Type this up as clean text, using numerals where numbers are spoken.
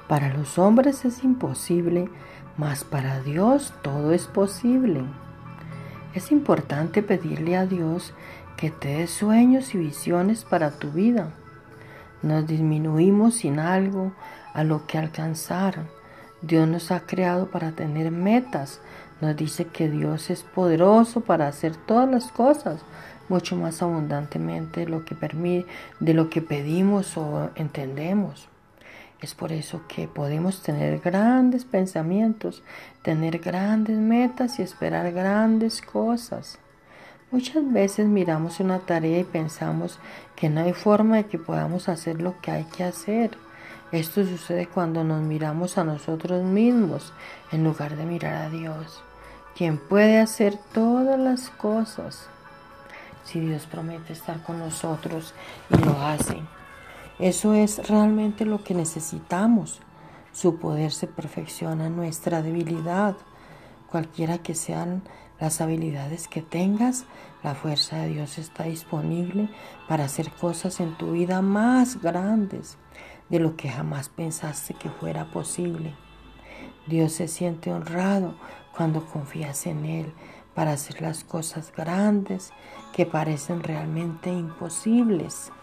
Para los hombres es imposible, mas para Dios todo es posible. Es importante pedirle a Dios que te dé sueños y visiones para tu vida. Nos disminuimos sin algo a lo que alcanzar. Dios nos ha creado para tener metas. Nos dice que Dios es poderoso para hacer todas las cosas, mucho más abundantemente de lo que pedimos o entendemos. Es por eso que podemos tener grandes pensamientos, tener grandes metas y esperar grandes cosas. Muchas veces miramos una tarea y pensamos que no hay forma de que podamos hacer lo que hay que hacer. Esto sucede cuando nos miramos a nosotros mismos en lugar de mirar a Dios, quien puede hacer todas las cosas. Si Dios promete estar con nosotros y lo hace, eso es realmente lo que necesitamos. Su poder se perfecciona en nuestra debilidad. Cualquiera que sean las habilidades que tengas, la fuerza de Dios está disponible para hacer cosas en tu vida más grandes de lo que jamás pensaste que fuera posible. Dios se siente honrado cuando confías en Él para hacer las cosas grandes que parecen realmente imposibles.